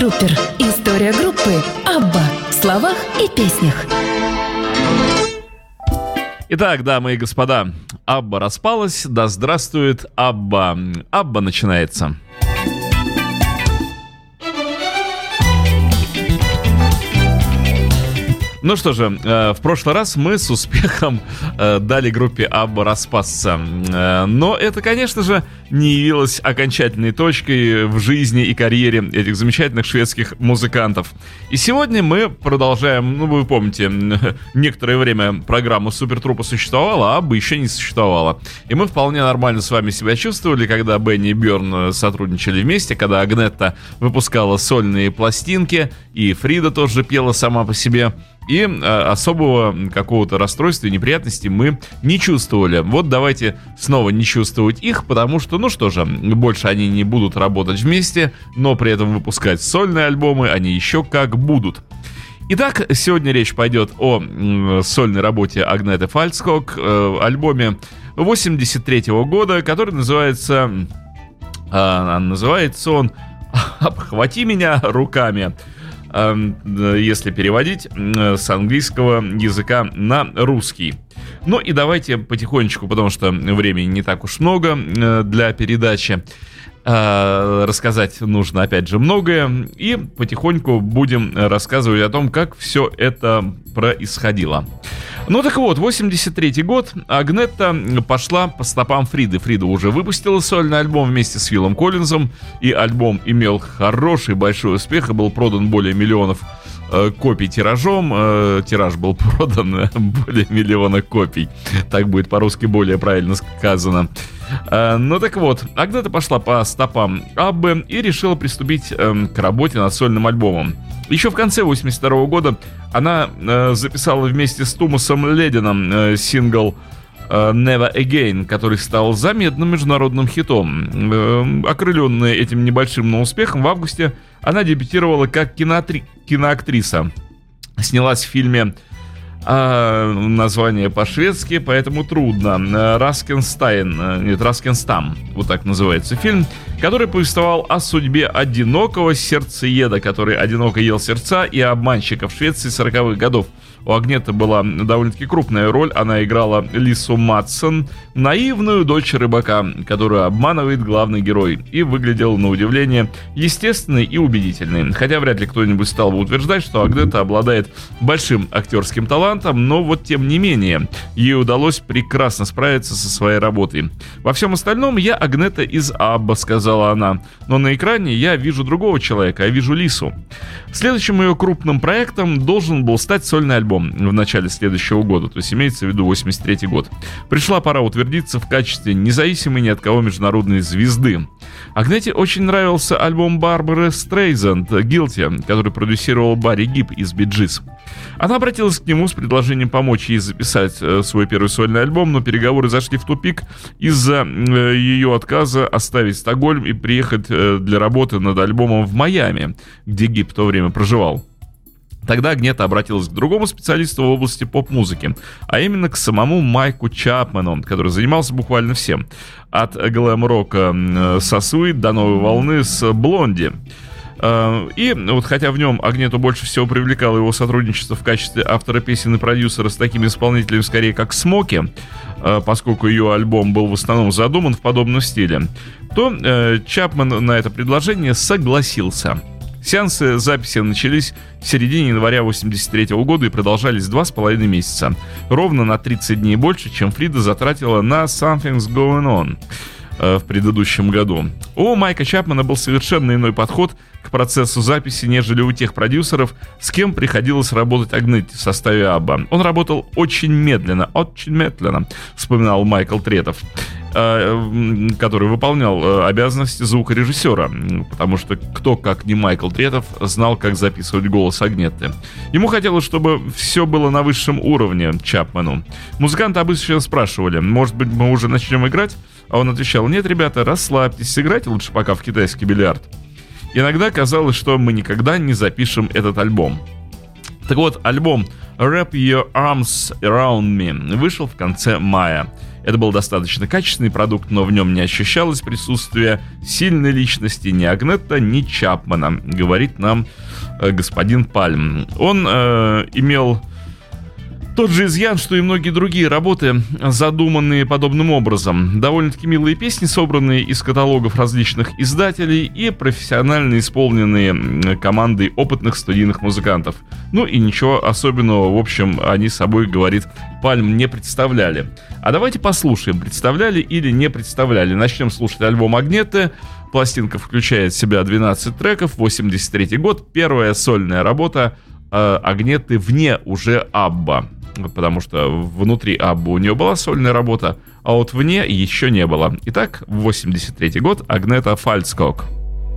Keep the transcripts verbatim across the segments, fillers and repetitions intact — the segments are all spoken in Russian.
Труппер. История группы Абба в словах и песнях. Итак, дамы и господа, Абба распалась, да здравствует Абба. Абба начинается. Ну что же, э, в прошлый раз мы с успехом э, дали группе Абба распасться. Э, но это, конечно же, не явилось окончательной точкой в жизни и карьере этих замечательных шведских музыкантов. И сегодня мы продолжаем, ну вы помните, некоторое время программа Супертруппа существовала, а Абба еще не существовала. И мы вполне нормально с вами себя чувствовали, когда Бенни и Бьерн сотрудничали вместе, когда Агнетта выпускала сольные пластинки, и Фрида тоже пела сама по себе. И э, особого какого-то расстройства и неприятностей мы не чувствовали. Вот давайте снова не чувствовать их, потому что, ну что же, больше они не будут работать вместе, но при этом выпускать сольные альбомы они еще как будут. Итак, сегодня речь пойдет о э, сольной работе Агнеты Фальског, э, альбоме восемьдесят третьего года, который называется... Э, называется он «Обхвати меня руками», если переводить с английского языка на русский. Ну и давайте потихонечку, потому что времени не так уж много для передачи, рассказать нужно опять же многое, и потихоньку будем рассказывать о том, как все это происходило. Ну так вот, восемьдесят третий год, Агнетта пошла по стопам Фриды. Фрида уже выпустила сольный альбом вместе с Филом Коллинзом, и альбом имел хороший большой успех и был продан более миллионов э, копий тиражом. Э, тираж был продан более миллиона копий, так будет по-русски более правильно сказано. Э, ну так вот, Агнетта пошла по стопам Аббы и решила приступить э, к работе над сольным альбомом. Еще в конце восемьдесят второго года она э, записала вместе с Томасом Леденом э, сингл э, «Never Again», который стал заметным международным хитом. Э, окрыленная этим небольшим, но успехом, в августе она дебютировала как киноатри- киноактриса. Снялась в фильме, э, название по-шведски, поэтому трудно, «Раскенстайн», нет, «Раскенстам», вот так называется фильм, который повествовал о судьбе одинокого сердцееда, который одиноко ел сердца и обманщика в Швеции сороковых годов. У Агнеты была довольно-таки крупная роль. Она играла Лису Матсон, наивную дочь рыбака, которую обманывает главный герой, и выглядела, на удивление, естественной и убедительной. Хотя вряд ли кто-нибудь стал бы утверждать, что Агнета обладает большим актерским талантом, но вот тем не менее, ей удалось прекрасно справиться со своей работой. Во всем остальном я Агнета из Абба, сказала она, но на экране я вижу другого человека, я вижу Лису. Следующим ее крупным проектом должен был стать сольный альбом в начале следующего года, то есть имеется в виду восемьдесят третий год. Пришла пора утвердиться в качестве независимой ни от кого международной звезды. Агнете очень нравился альбом Барбары Стрейзанд «Guilty», который продюсировал Барри Гиб из Би Джис. Она обратилась к нему с предложением помочь ей записать э, свой первый сольный альбом, но переговоры зашли в тупик из-за э, ее отказа оставить Стокгольм и приехать э, для работы над альбомом в Майами, где Гиб в то время проживал. Тогда Агнета обратилась к другому специалисту в области поп-музыки, а именно к самому Майку Чапману, который занимался буквально всем. От глэм-рока со Sweet до новой волны с Блонди. И вот хотя в нем Агнету больше всего привлекало его сотрудничество в качестве автора песен и продюсера с такими исполнителями скорее как Смоки, поскольку ее альбом был в основном задуман в подобном стиле, то Чапман на это предложение согласился. Сеансы записи начались в середине января восемьдесят третьего года и продолжались два с половиной месяца. Ровно на тридцать дней больше, чем Фрида затратила на «Something's Going On» э, в предыдущем году. У Майка Чапмана был совершенно иной подход к процессу записи, нежели у тех продюсеров, с кем приходилось работать Агнете в составе Абба. Он работал очень медленно, очень медленно, вспоминал Майкл Третов, который выполнял обязанности звукорежиссера, потому что кто, как не Майкл Третов, знал, как записывать голос Агнеты. Ему хотелось, чтобы все было на высшем уровне Чапману. Музыканты обычно спрашивали, может быть, мы уже начнем играть? А он отвечал, нет, ребята, расслабьтесь, сыграйте лучше пока в китайский бильярд. Иногда казалось, что мы никогда не запишем этот альбом. Так вот, альбом «Wrap Your Arms Around Me» вышел в конце мая. Это был достаточно качественный продукт, но в нем не ощущалось присутствие сильной личности ни Агнетта, ни Чапмана, говорит нам э, господин Пальм. Он э, имел тот же изъян, что и многие другие работы, задуманные подобным образом. Довольно-таки милые песни, собранные из каталогов различных издателей и профессионально исполненные командой опытных студийных музыкантов. Ну и ничего особенного, в общем, они собой, говорит Пальм, не представляли. А давайте послушаем, представляли или не представляли. Начнем слушать альбом Агнетты. Пластинка включает в себя двенадцать треков, восемьдесят третий год, первая сольная работа э, Агнетты вне уже Абба. Потому что внутри Абба у нее была сольная работа, а вот вне еще не было. Итак, восемьдесят третий год, Агнетта Фальскок.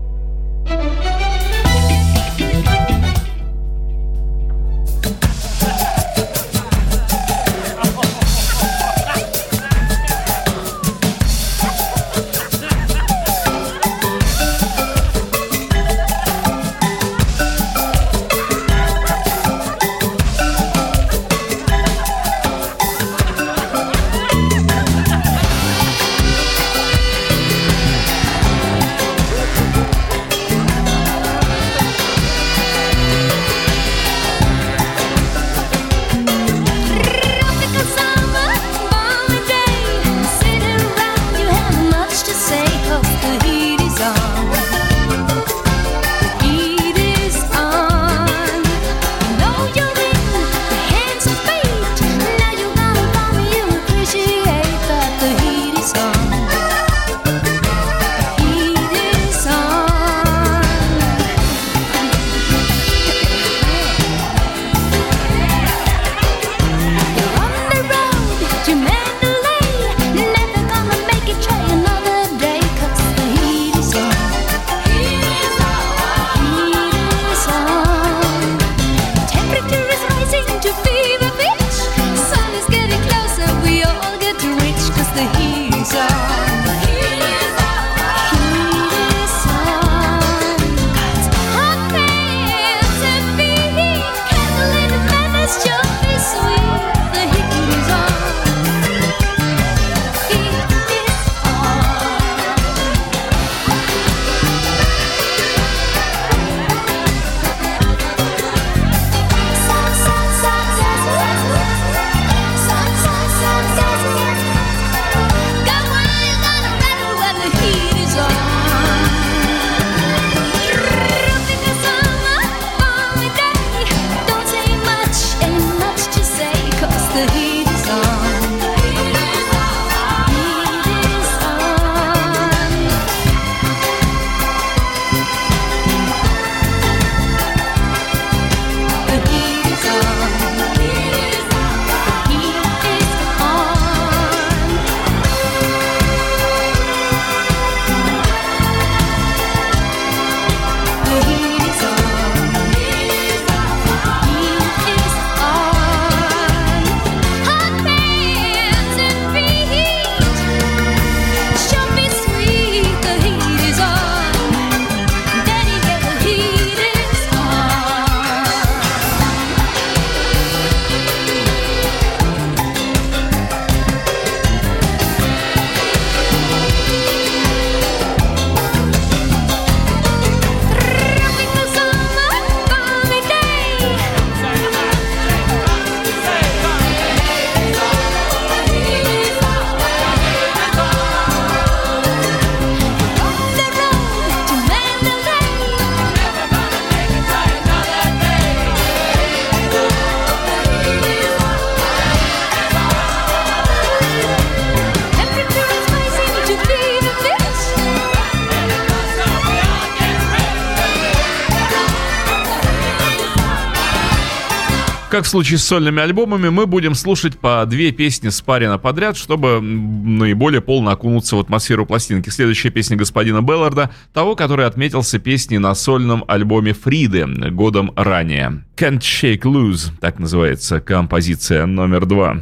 Как в случае с сольными альбомами, мы будем слушать по две песни спаренно подряд, чтобы наиболее полно окунуться в атмосферу пластинки. Следующая песня господина Белларда, того, который отметился песней на сольном альбоме Фриды годом ранее. Can't Shake Loose, так называется композиция номер два.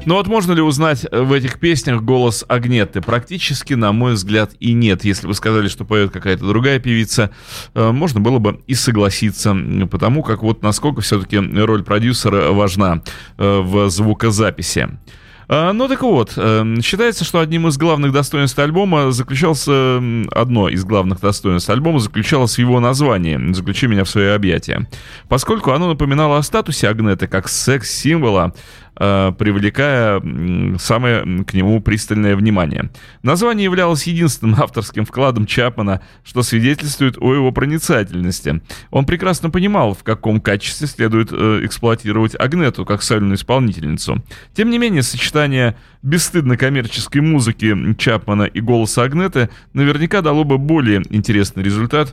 Но вот можно ли узнать в этих песнях голос Агнеты? Практически, на мой взгляд, и нет. Если бы сказали, что поет какая-то другая певица, можно было бы и согласиться, потому как вот насколько все-таки роль продюсера важна в звукозаписи. Ну так вот, считается, что одним из главных достоинств альбома заключался, одно из главных достоинств альбома заключалось в его названии «Заключи меня в свои объятия», поскольку оно напоминало о статусе Агнеты как секс-символа, привлекая самое к нему пристальное внимание. Название являлось единственным авторским вкладом Чапмана, что свидетельствует о его проницательности. Он прекрасно понимал, в каком качестве следует эксплуатировать Агнету как сольную исполнительницу. Тем не менее, сочетание бесстыдно коммерческой музыки Чапмана и голоса Агнеты наверняка дало бы более интересный результат,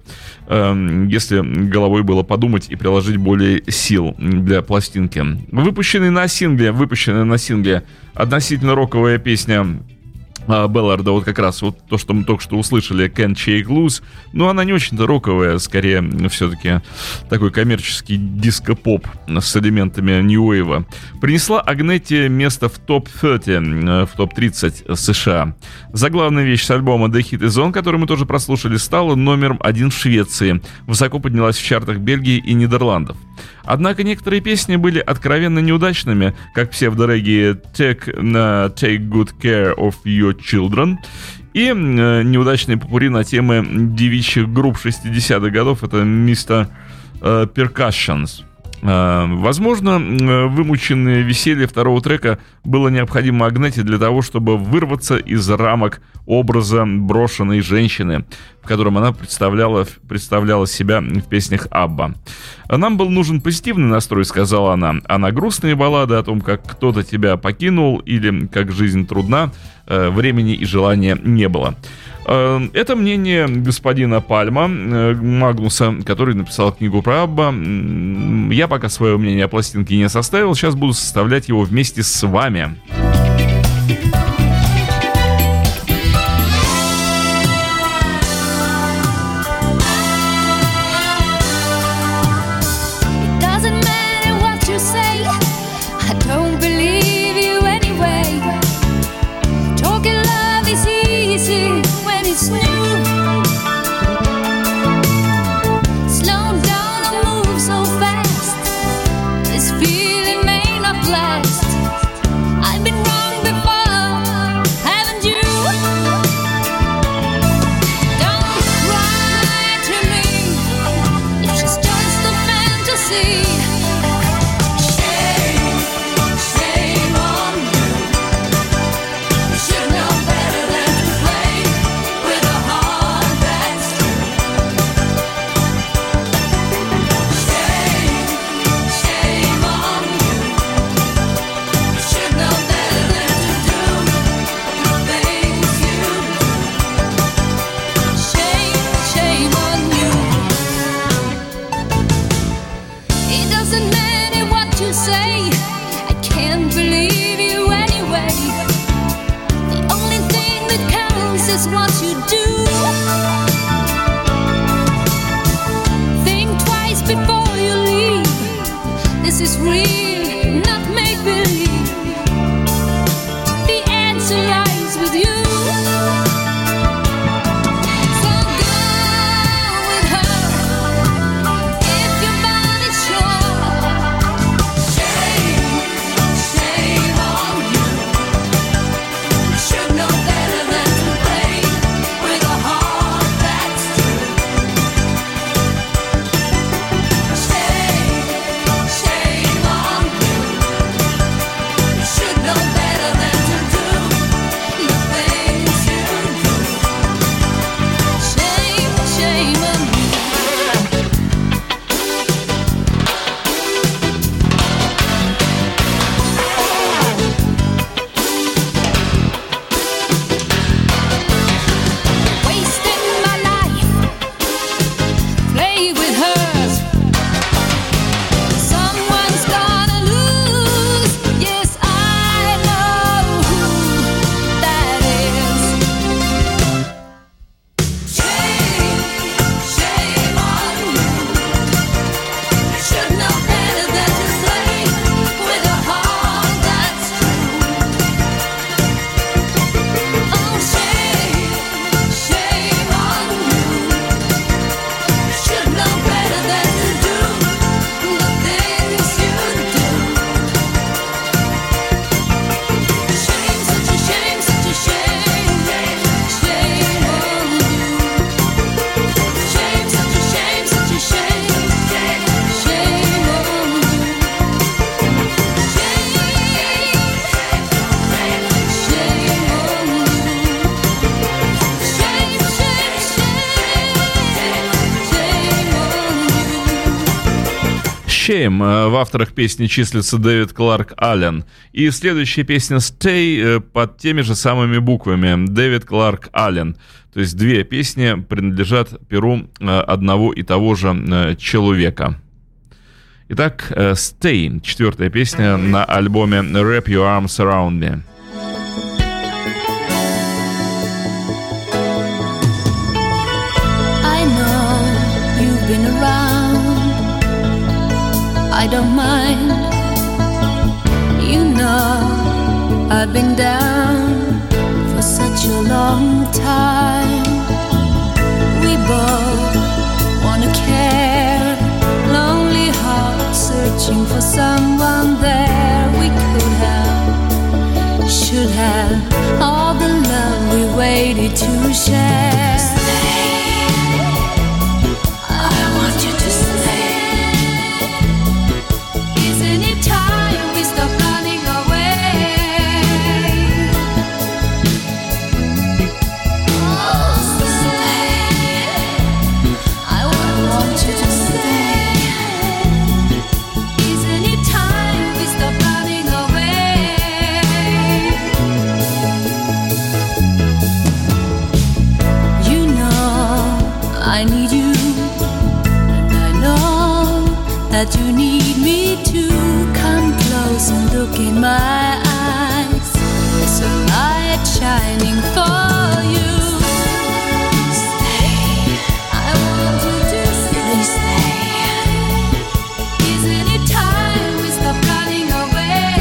если головой было подумать и приложить более сил для пластинки. Выпущенный на сингле Выпущенная на сингле относительно роковая песня Белларда, вот как раз вот то, что мы только что услышали, Can't Shake Loose, но она не очень-то роковая, скорее все-таки такой коммерческий диско-поп с элементами нью-вейва. Принесла Агнете место в топ тридцать, в топ тридцать США. Заглавная вещь с альбома The Hit Is On, который мы тоже прослушали, стала номером один в Швеции, высоко поднялась в чартах Бельгии и Нидерландов. Однако некоторые песни были откровенно неудачными, как псевдорегги Take, uh, Take Good Care of Your Children и э, неудачные попурри на темы девичьих групп шестидесятых годов, это мистер э, Percussions. Э, возможно, э, вымученное веселье второго трека было необходимо Агнете для того, чтобы вырваться из рамок образа брошенной женщины, в котором она представляла, представляла себя в песнях Абба. «Нам был нужен позитивный настрой», — сказала она, «а на грустные баллады о том, как кто-то тебя покинул или как жизнь трудна, времени и желания не было». Это мнение господина Пальма, Магнуса, который написал книгу про Абба. Я пока свое мнение о пластинке не составил, сейчас буду составлять его вместе с вами. Shame on Shame. В авторах песни числится Дэвид Кларк Аллен. И следующая песня Stay под теми же самыми буквами. Дэвид Кларк Аллен. То есть две песни принадлежат перу одного и того же человека. Итак, Stay. Четвертая песня на альбоме Wrap Your Arms Around Me. Been around, I don't mind. You know I've been down for such a long time. We both wanna care, lonely hearts searching for someone there. We could have, should have, all the love we waited to share. That you need me to come close and look in my eyes. There's a light shining for you. Stay, I want you to stay. Please stay. Isn't it time we stop running away?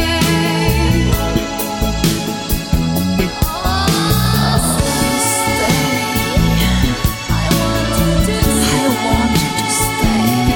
Oh, stay, stay. I want you to stay. I want you to stay.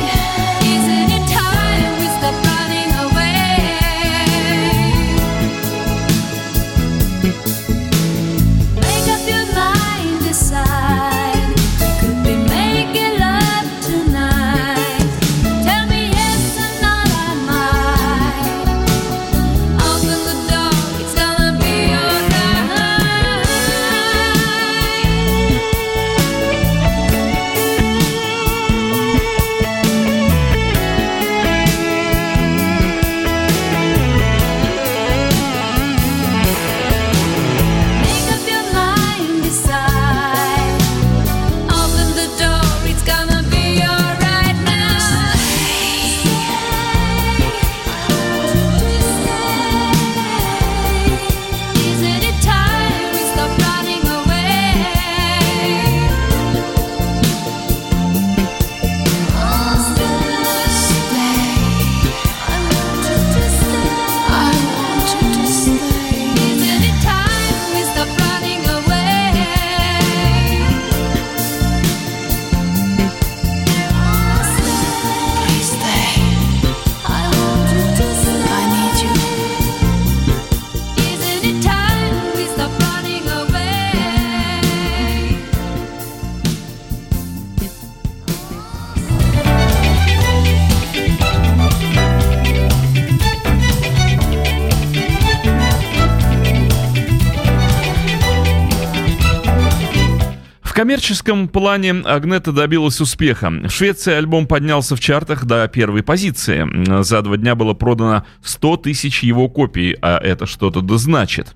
В коммерческом плане Агнета добилась успеха. В Швеции альбом поднялся в чартах до первой позиции. За два дня было продано сто тысяч его копий, а это что-то да значит.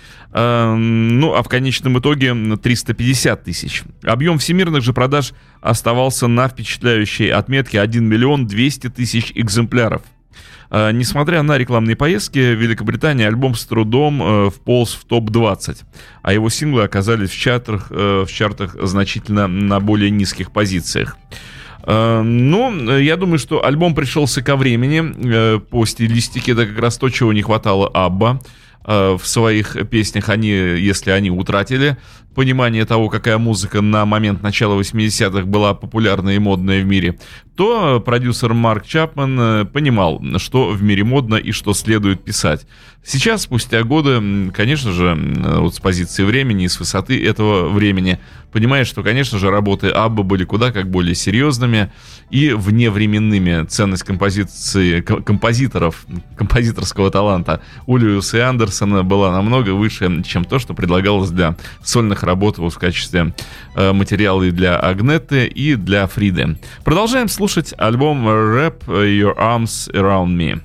Ну, а в конечном итоге триста пятьдесят тысяч. Объем всемирных же продаж оставался на впечатляющей отметке один миллион двести тысяч экземпляров. Несмотря на рекламные поездки, в Великобритании альбом с трудом э, вполз в топ двадцать, а его синглы оказались в чартах, э, в чартах значительно на более низких позициях. Э, ну, я думаю, что альбом пришелся ко времени. Э, по стилистике это как раз то, чего не хватало Абба. Э, в своих песнях они, если они утратили понимание того, какая музыка на момент начала восьмидесятых была популярна и модная в мире, то продюсер Марк Чапман понимал, что в мире модно и что следует писать. Сейчас, спустя годы, конечно же, вот с позиции времени и с высоты этого времени, понимаешь, что, конечно же, работы Абба были куда как более серьезными и вневременными. Ценность композиции, композиторов, композиторского таланта у Льюиса и Андерсона была намного выше, чем то, что предлагалось для сольных работал в качестве э, материала и для Агнеты, и для Фриды. Продолжаем слушать альбом «Wrap Your Arms Around Me».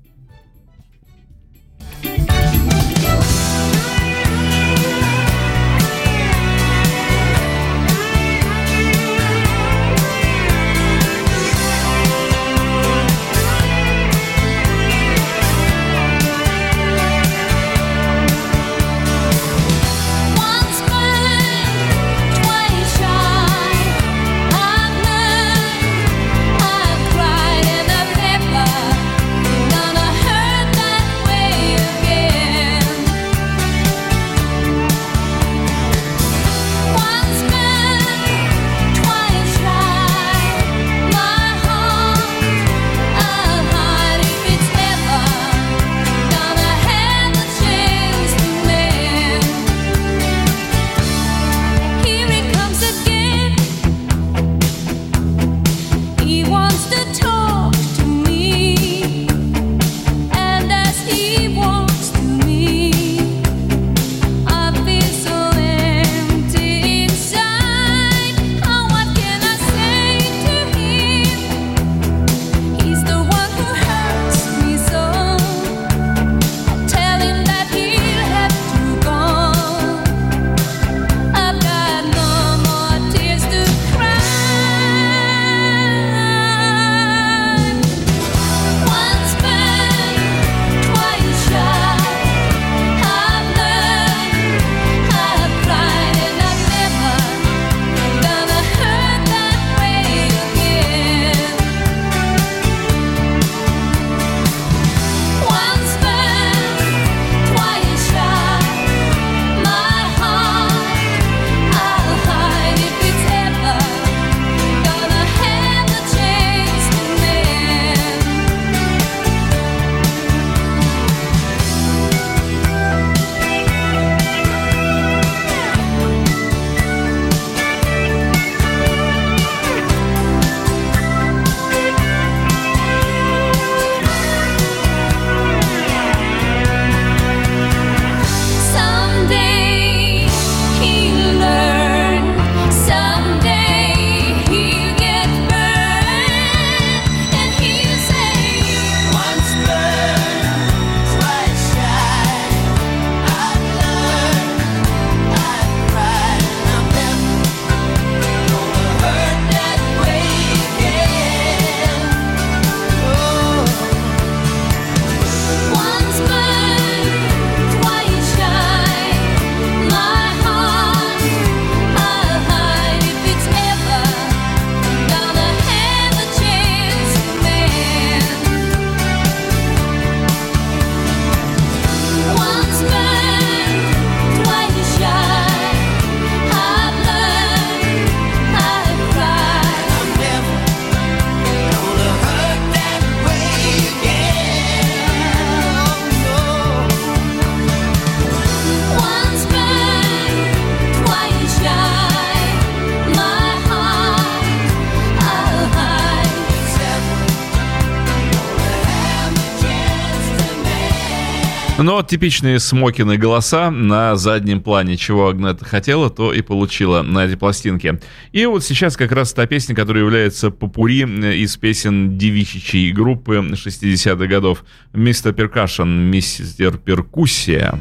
Но типичные Смокины голоса на заднем плане. Чего Агнета хотела, то и получила на этой пластинке. И вот сейчас как раз та песня, которая является попурри из песен девичьей группы шестидесятых годов. мистер Перкашн, мистер Перкуссия.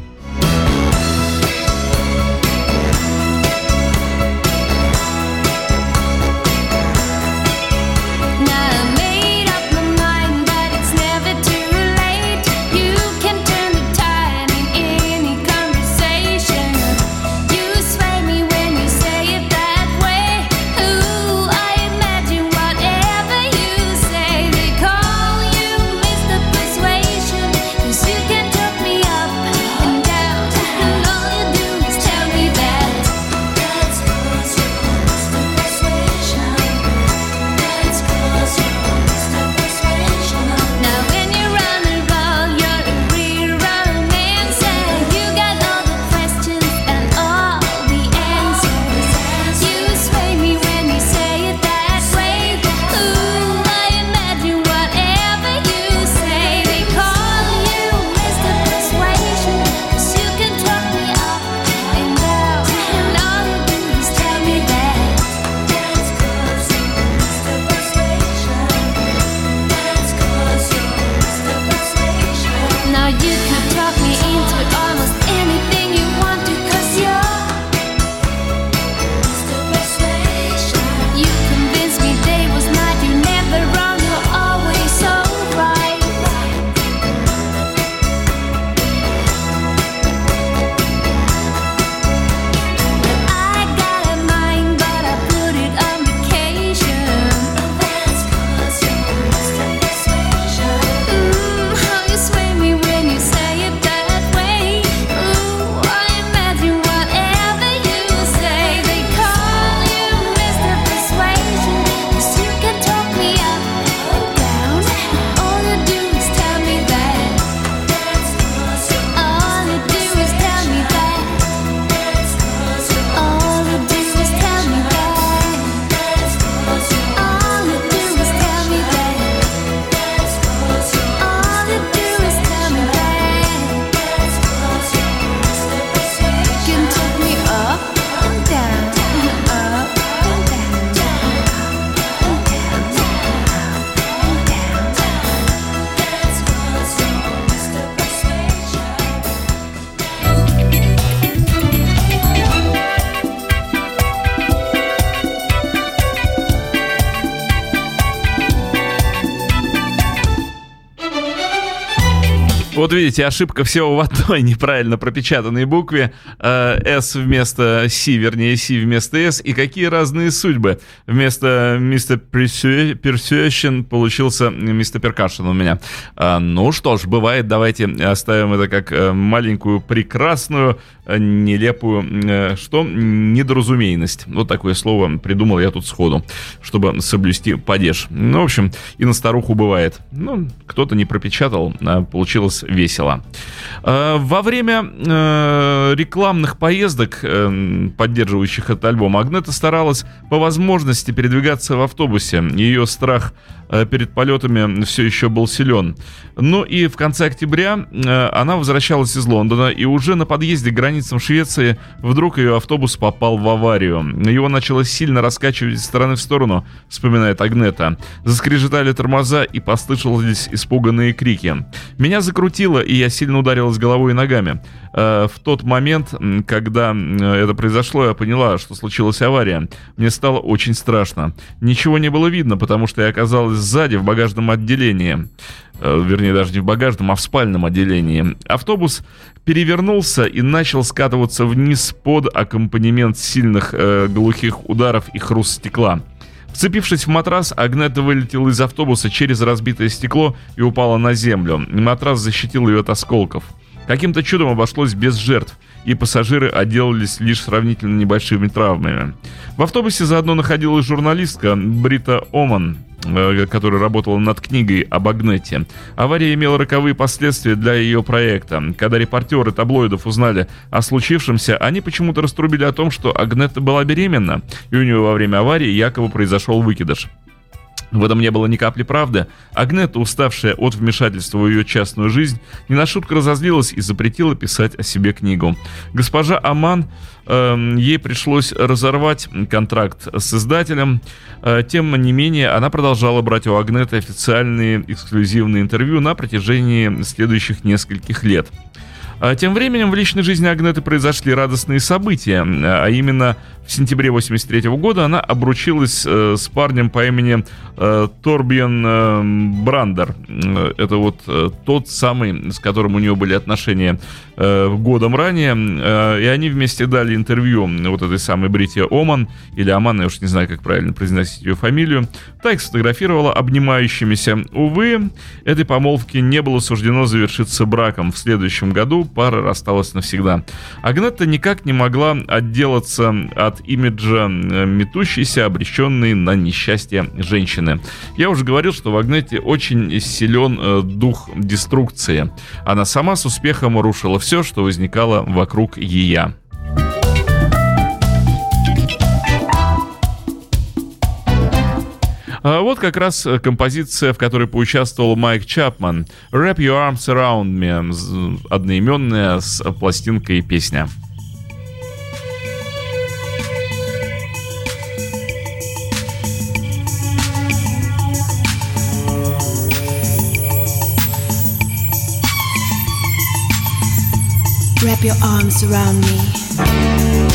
And could talk me into almost anything you want to, 'cause you're Mister Persuasion. You convinced me day was night, you're never wrong, you're always so right. But I got a mind, but I put it on vacation. That's 'cause you're Mister Persuasion. Mm, how you sway me when you say it that way. Ooh, I imagine whatever you say. They call you Mister Persuasion, 'cause you can talk me up or down. All you do is tell me that. All you do is tell me that. All you do is tell me that. All you do is tell me that. All you do is tell me that. You can take me up and down, up and down, and down, and Вот видите, ошибка всего в одной неправильно пропечатанной букве. Э, S вместо C, вернее, C вместо S. И какие разные судьбы. Вместо мистер Persuasion получился мистер Percussion у меня. Э, ну что ж, бывает. Давайте оставим это как э, маленькую, прекрасную, э, нелепую, э, что? Недоразумейность. Вот такое слово придумал я тут сходу, чтобы соблюсти падеж. Ну, в общем, и на старуху бывает. Ну, кто-то не пропечатал, а получилось весело. Во время э, рекламных поездок, э, поддерживающих этот альбом, Агнета старалась по возможности передвигаться в автобусе. Ее страх э, перед полетами все еще был силен. Ну и в конце октября э, она возвращалась из Лондона, и уже на подъезде к границам Швеции вдруг ее автобус попал в аварию. Его начало сильно раскачивать из стороны в сторону, вспоминает Агнета. Заскрежетали тормоза, и послышались испуганные крики. Меня закрутило, и я сильно ударилась головой и ногами. Э, в тот момент, когда это произошло, я поняла, что случилась авария. Мне стало очень страшно. Ничего не было видно, потому что я оказалась сзади в багажном отделении. Э, вернее, даже не в багажном, а в спальном отделении. Автобус перевернулся и начал скатываться вниз под аккомпанемент сильных э, глухих ударов и хруст стекла. Вцепившись в матрас, Агнета вылетела из автобуса через разбитое стекло и упала на землю. Матрас защитил ее от осколков. Каким-то чудом обошлось без жертв, и пассажиры отделались лишь сравнительно небольшими травмами. В автобусе заодно находилась журналистка Брита Оман, которая работала над книгой об Агнете. Авария имела роковые последствия для ее проекта. Когда репортеры таблоидов узнали о случившемся, они почему-то раструбили о том, что Агнета была беременна, и у нее во время аварии якобы произошел выкидыш. В этом не было ни капли правды. Агнета, уставшая от вмешательства в ее частную жизнь, не на шутку разозлилась и запретила писать о себе книгу. Госпожа Аман, э, ей пришлось разорвать контракт с издателем. Э, тем не менее, она продолжала брать у Агнеты официальные эксклюзивные интервью на протяжении следующих нескольких лет. Тем временем в личной жизни Агнеты произошли радостные события, а именно в сентябре восемьдесят третьего года она обручилась э, с парнем по имени э, Торбьен э, Брандер. Это вот э, тот самый, с которым у нее были отношения э, годом ранее, э, и они вместе дали интервью вот этой самой Брите Оман, или Оман, я уж не знаю, как правильно произносить ее фамилию. Та их сфотографировала обнимающимися. Увы, этой помолвке не было суждено завершиться браком. В следующем году пара рассталась навсегда. Агнета никак не могла отделаться от имиджа метущейся, обреченной на несчастье женщины. Я уже говорил, что в Агнете очень силен э, дух деструкции. Она сама с успехом рушила все, что возникало вокруг ее. А вот как раз композиция, в которой поучаствовал Майк Чапман, «Wrap Your Arms Around Me», одноименная с пластинкой песня. Wrap your arms around me.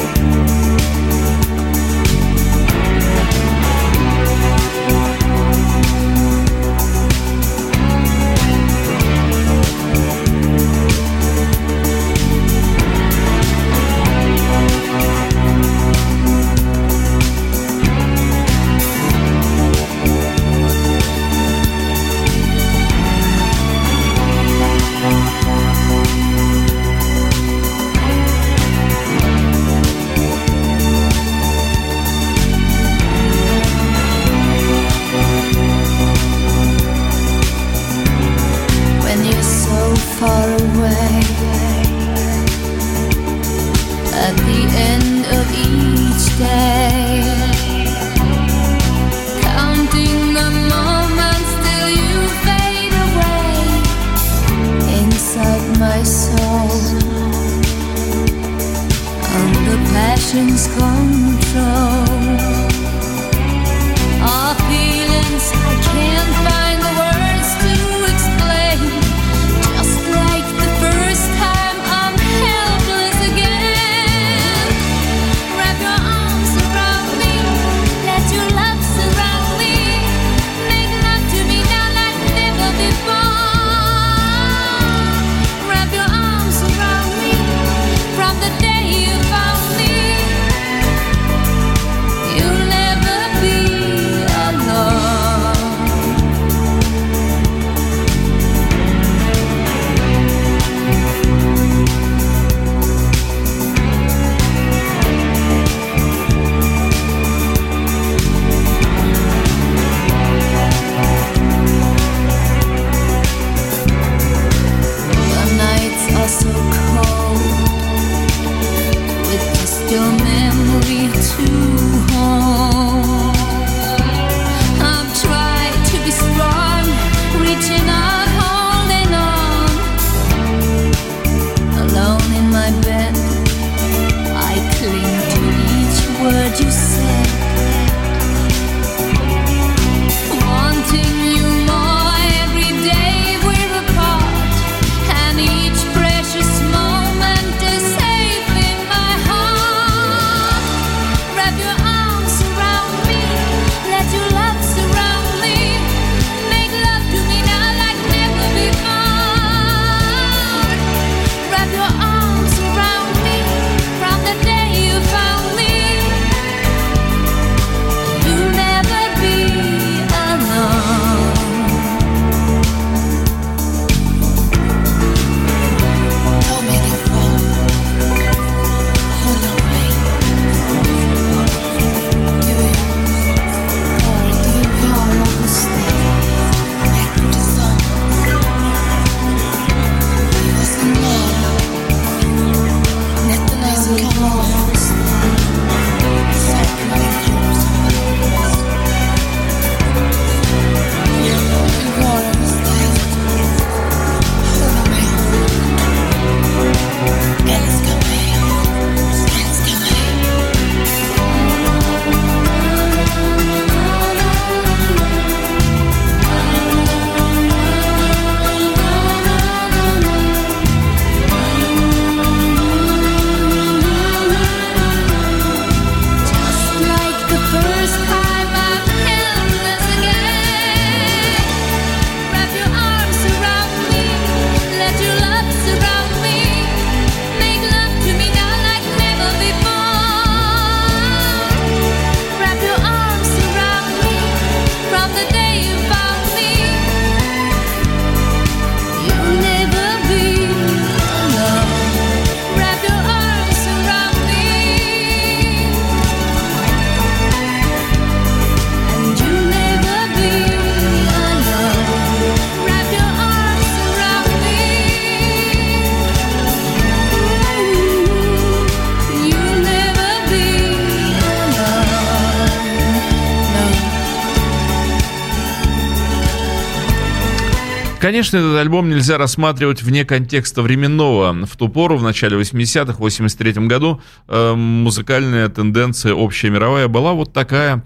Конечно, этот альбом нельзя рассматривать вне контекста временного. В ту пору, в начале восьмидесятых, в восемьдесят третьем году, э, музыкальная тенденция общая мировая была вот такая.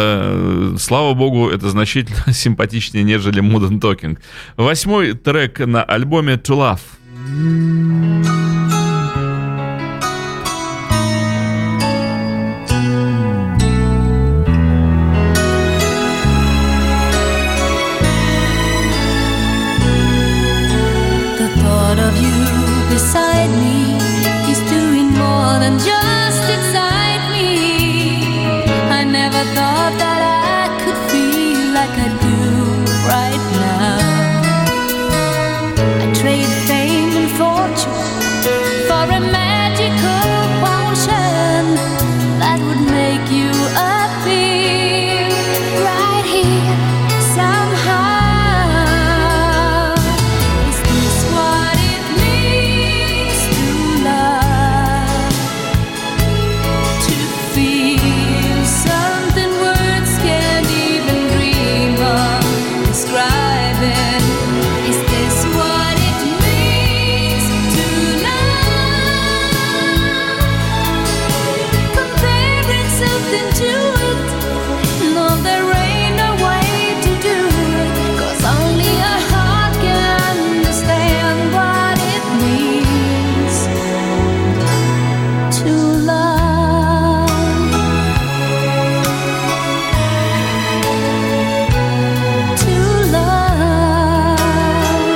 Э, слава богу, это значительно симпатичнее, нежели Modern Talking. Восьмой трек на альбоме «To Love». beside me. He's doing more than just excite me. I never thought that I could feel like I do right now. I trade fame and fortune for a magical potion that would make you appear right here somehow. Is this what it means to love? To feel something words can't even dream of describing. Is this what it means to love? Comparing something to it, no, there ain't no way to do it, 'cause only a heart can understand what it means to love. To love.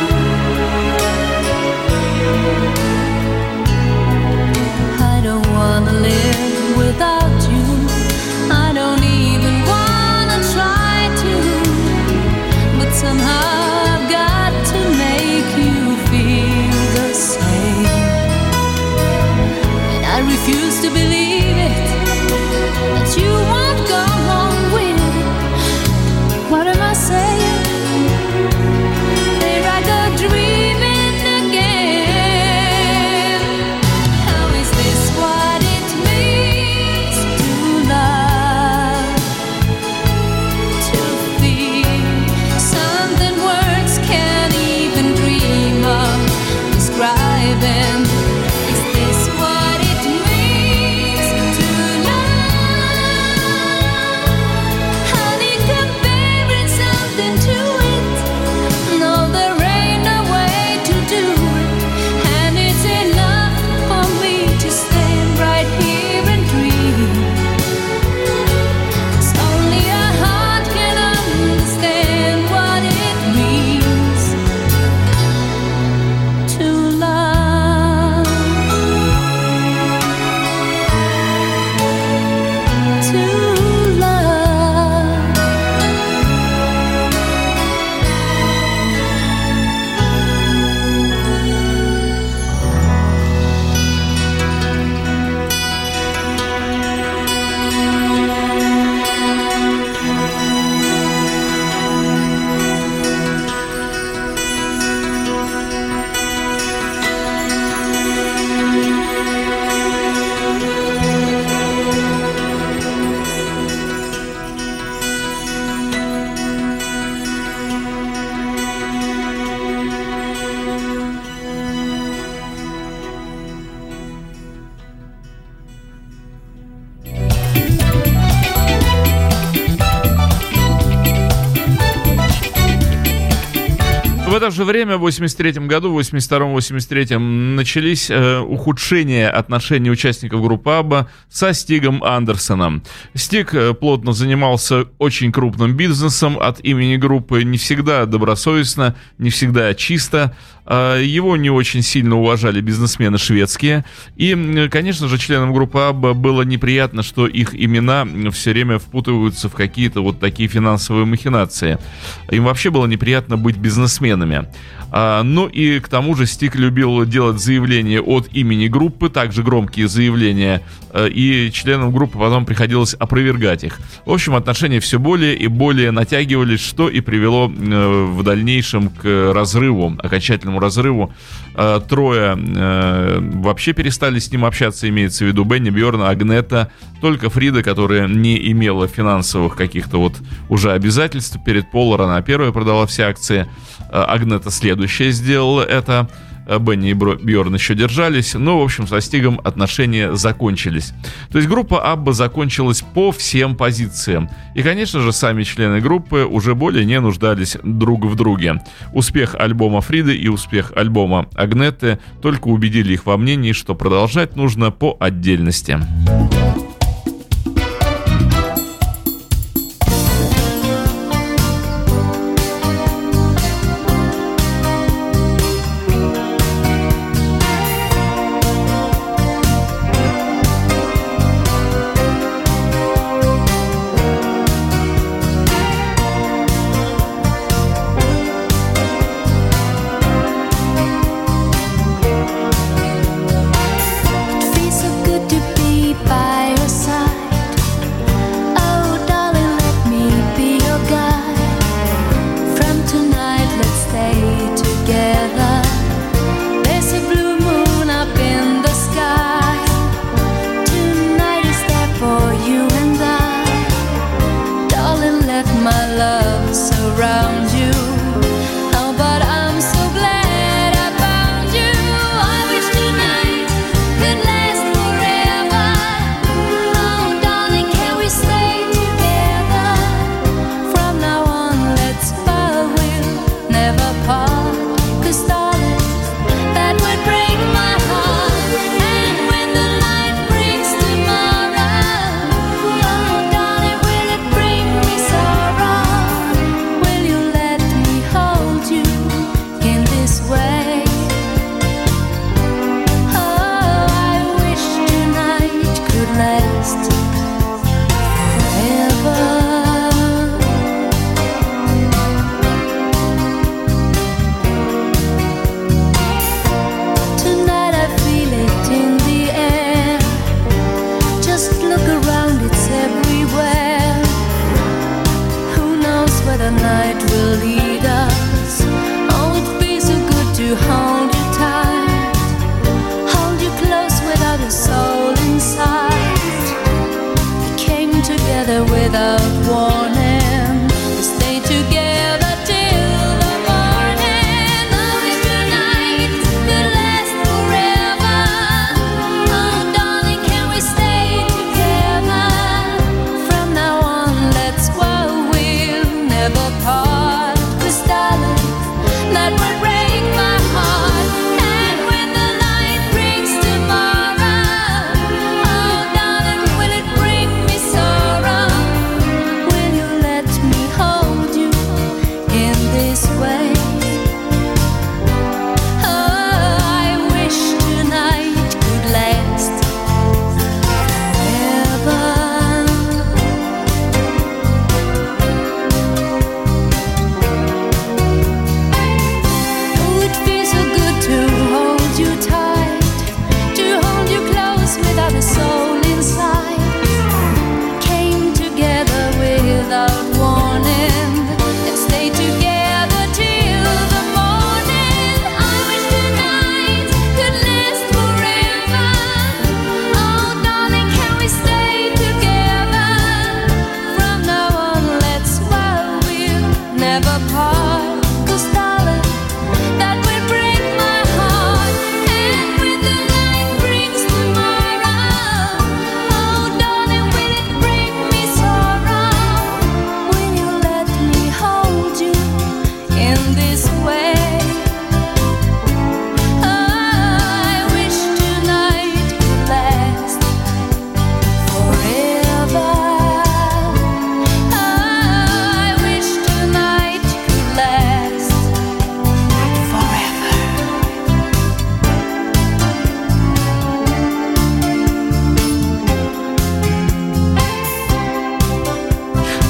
I don't wanna live without you. I don't even wanna try to. But somehow I've got to make you feel the same. And I refuse to believe it, that you won't go on with it. What am I saying? Here I go dreaming again. How is this what it means to love? To feel something words can't even dream of describing. Is this what it means to love? Honey, comparing something to it, no, there ain't no way to do it. And it's enough for me to stand right here and dream. 'Cause only a heart can understand what it means to love. To love. В это же время, в восемьдесят третьем году, в восемьдесят втором — восемьдесят третьем, начались э, ухудшения отношений участников группы Абба со Стигом Андерсоном. Стиг э, плотно занимался очень крупным бизнесом от имени группы, не всегда добросовестно, не всегда чисто. Э, его не очень сильно уважали бизнесмены шведские. И, э, конечно же, членам группы Абба было неприятно, что их имена все время впутываются в какие-то вот такие финансовые махинации. Им вообще было неприятно быть бизнесменами. А, ну и к тому же Стиг любил делать заявления от имени группы, также громкие заявления, и членам группы потом приходилось опровергать их. В общем, отношения все более и более натягивались, что и привело в дальнейшем к разрыву, окончательному разрыву. Трое вообще перестали с ним общаться, имеется в виду Бенни, Бьорн, Агнета. Только Фрида, которая не имела финансовых каких-то вот уже обязательств перед Полар, она первая продала все акции. Агнета следующая сделала это. Бенни и Бьорн еще держались, но, в общем, со Стигом отношения закончились. То есть группа Абба закончилась по всем позициям. И, конечно же, сами члены группы уже более не нуждались друг в друге. Успех альбома Фриды и успех альбома Агнеты только убедили их во мнении, что продолжать нужно по отдельности.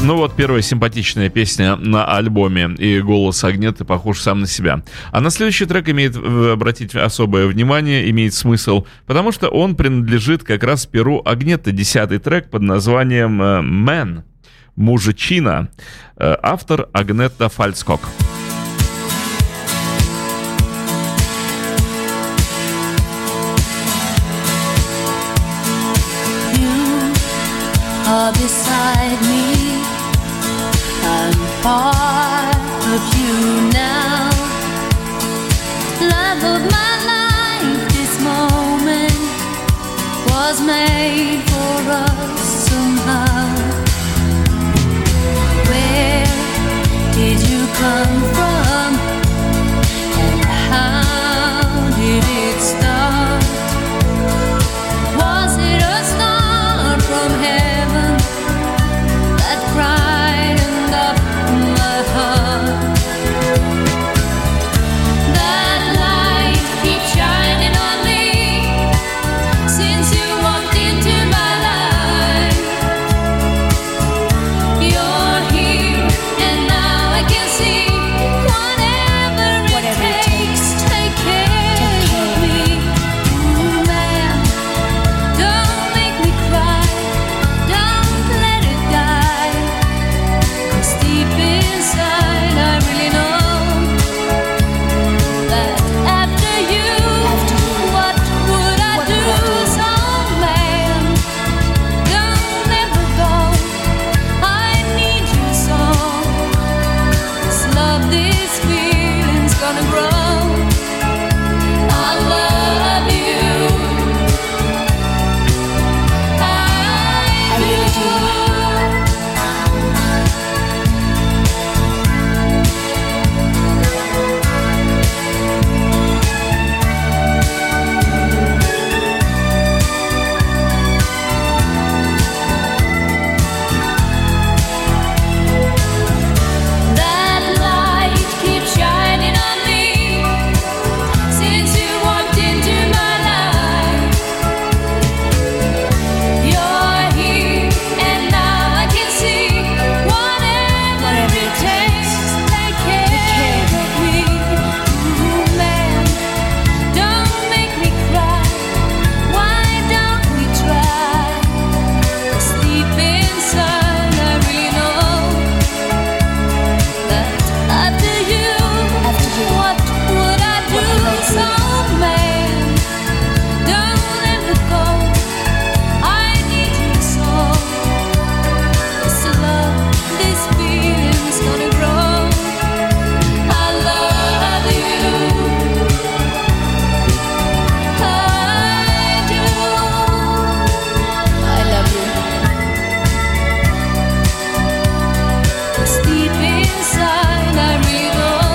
Ну вот первая симпатичная песня на альбоме, и голос Агнеты похож сам на себя. А на следующий трек имеет, обратить особое внимание, имеет смысл, потому что он принадлежит как раз перу Агнеты, десятый трек под названием «Man», «Мужичина», автор Агнета Фальскок. Beside me, I'm part of you now. Love of my life, this moment was made for us somehow. Where did you come from? And how did it start? Was it a star from heaven that brightened up my heart? That light keeps shining on me since you walked into my life. You're here and now I can see whatever, whatever it takes, take care of me. Ooh, man, don't make me cry, don't let it die. 'Cause deep inside I really know that after you, what would I do? So man, don't ever go, I need you so. This love, this feeling's gonna grow. I love you, I really do. That light keeps shining on me since you walked into my life. You're here and now I can see whatever it takes, take care of me. Ooh, man, don't make me cry, why don't we try? 'Cause deep inside I really know that after you, what would I do? So man, don't ever go, I need you so. This love, this feeling's gonna grow. I love you, I do. I love you. 'Cause deep inside I really know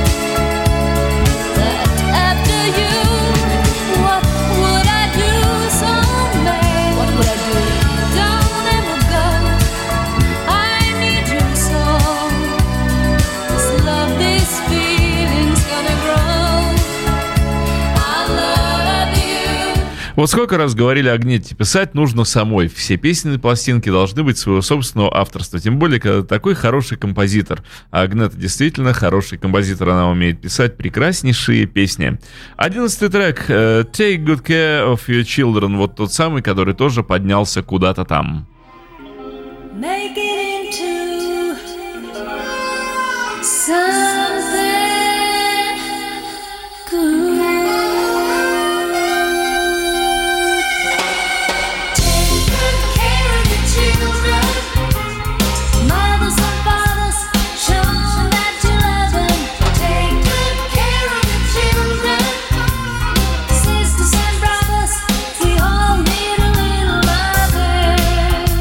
that after you, what would I do? So man, what would I do? Don't ever go, I need you so. This love, this feeling's gonna grow. I love you. Вот сколько раз говорили Агнете, писать нужно самой. Все песни на пластинке должны быть своего собственного авторства. Тем более, когда такой хороший композитор. А Агнета действительно хороший композитор. Она умеет писать прекраснейшие песни. Одиннадцатый трек э, «Take good care of your children». Вот тот самый, который тоже поднялся куда-то там. Make it into something good. Take good care of your children. Mothers and fathers, show that you love them. Take good care of your children. Sisters and brothers, we all need a little loving.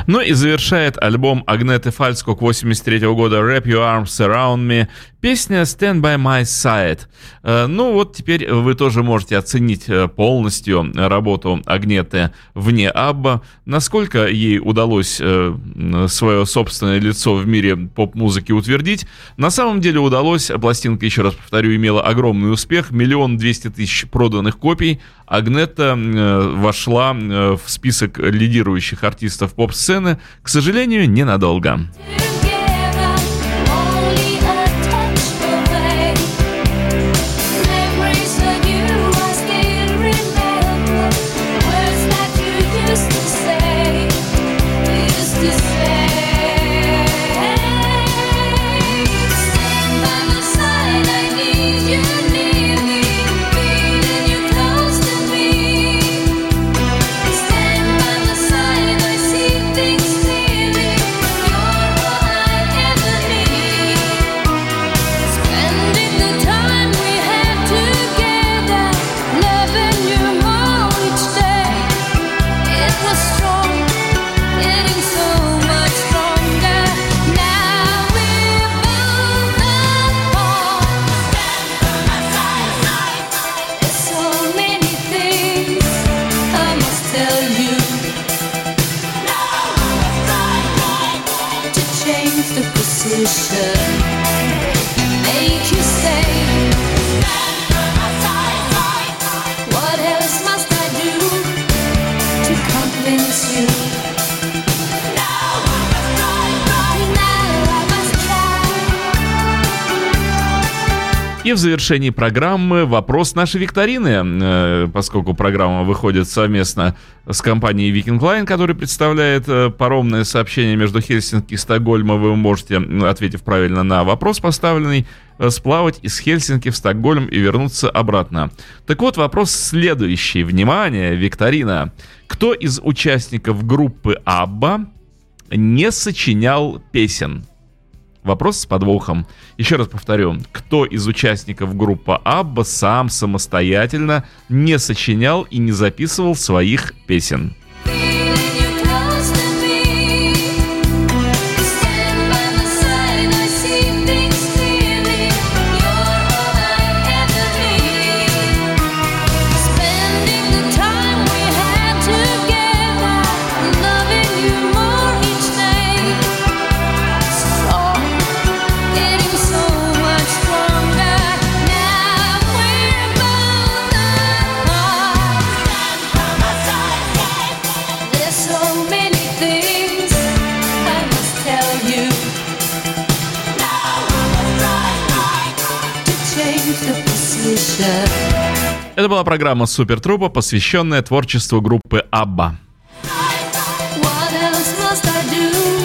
Ну и завершает альбом Агнеты Фальцкок восемьдесят третьего года «Wrap Your Arms Around Me» песня «Stand By My Side». Ну вот теперь вы тоже можете оценить полностью работу Агнеты вне Абба, насколько ей удалось свое собственное лицо в мире поп-музыки утвердить. На самом деле удалось. Пластинка, еще раз повторю, имела огромный успех. Миллион двести тысяч проданных копий. Агнета вошла в список лидирующих артистов поп-сцены, к сожалению, ненадолго. И в завершении программы вопрос нашей викторины, поскольку программа выходит совместно с компанией Viking Line, которая представляет паромное сообщение между Хельсинки и Стокгольмом. Вы можете, ответив правильно на вопрос поставленный, сплавать из Хельсинки в Стокгольм и вернуться обратно. Так вот, вопрос следующий. Внимание, викторина. Кто из участников группы Абба не сочинял песен? Вопрос с подвохом. Еще раз повторю. Кто из участников группы Абба сам самостоятельно не сочинял и не записывал своих песен? Это была программа «Супер Трупа», посвященная творчеству группы Абба. What else must I do?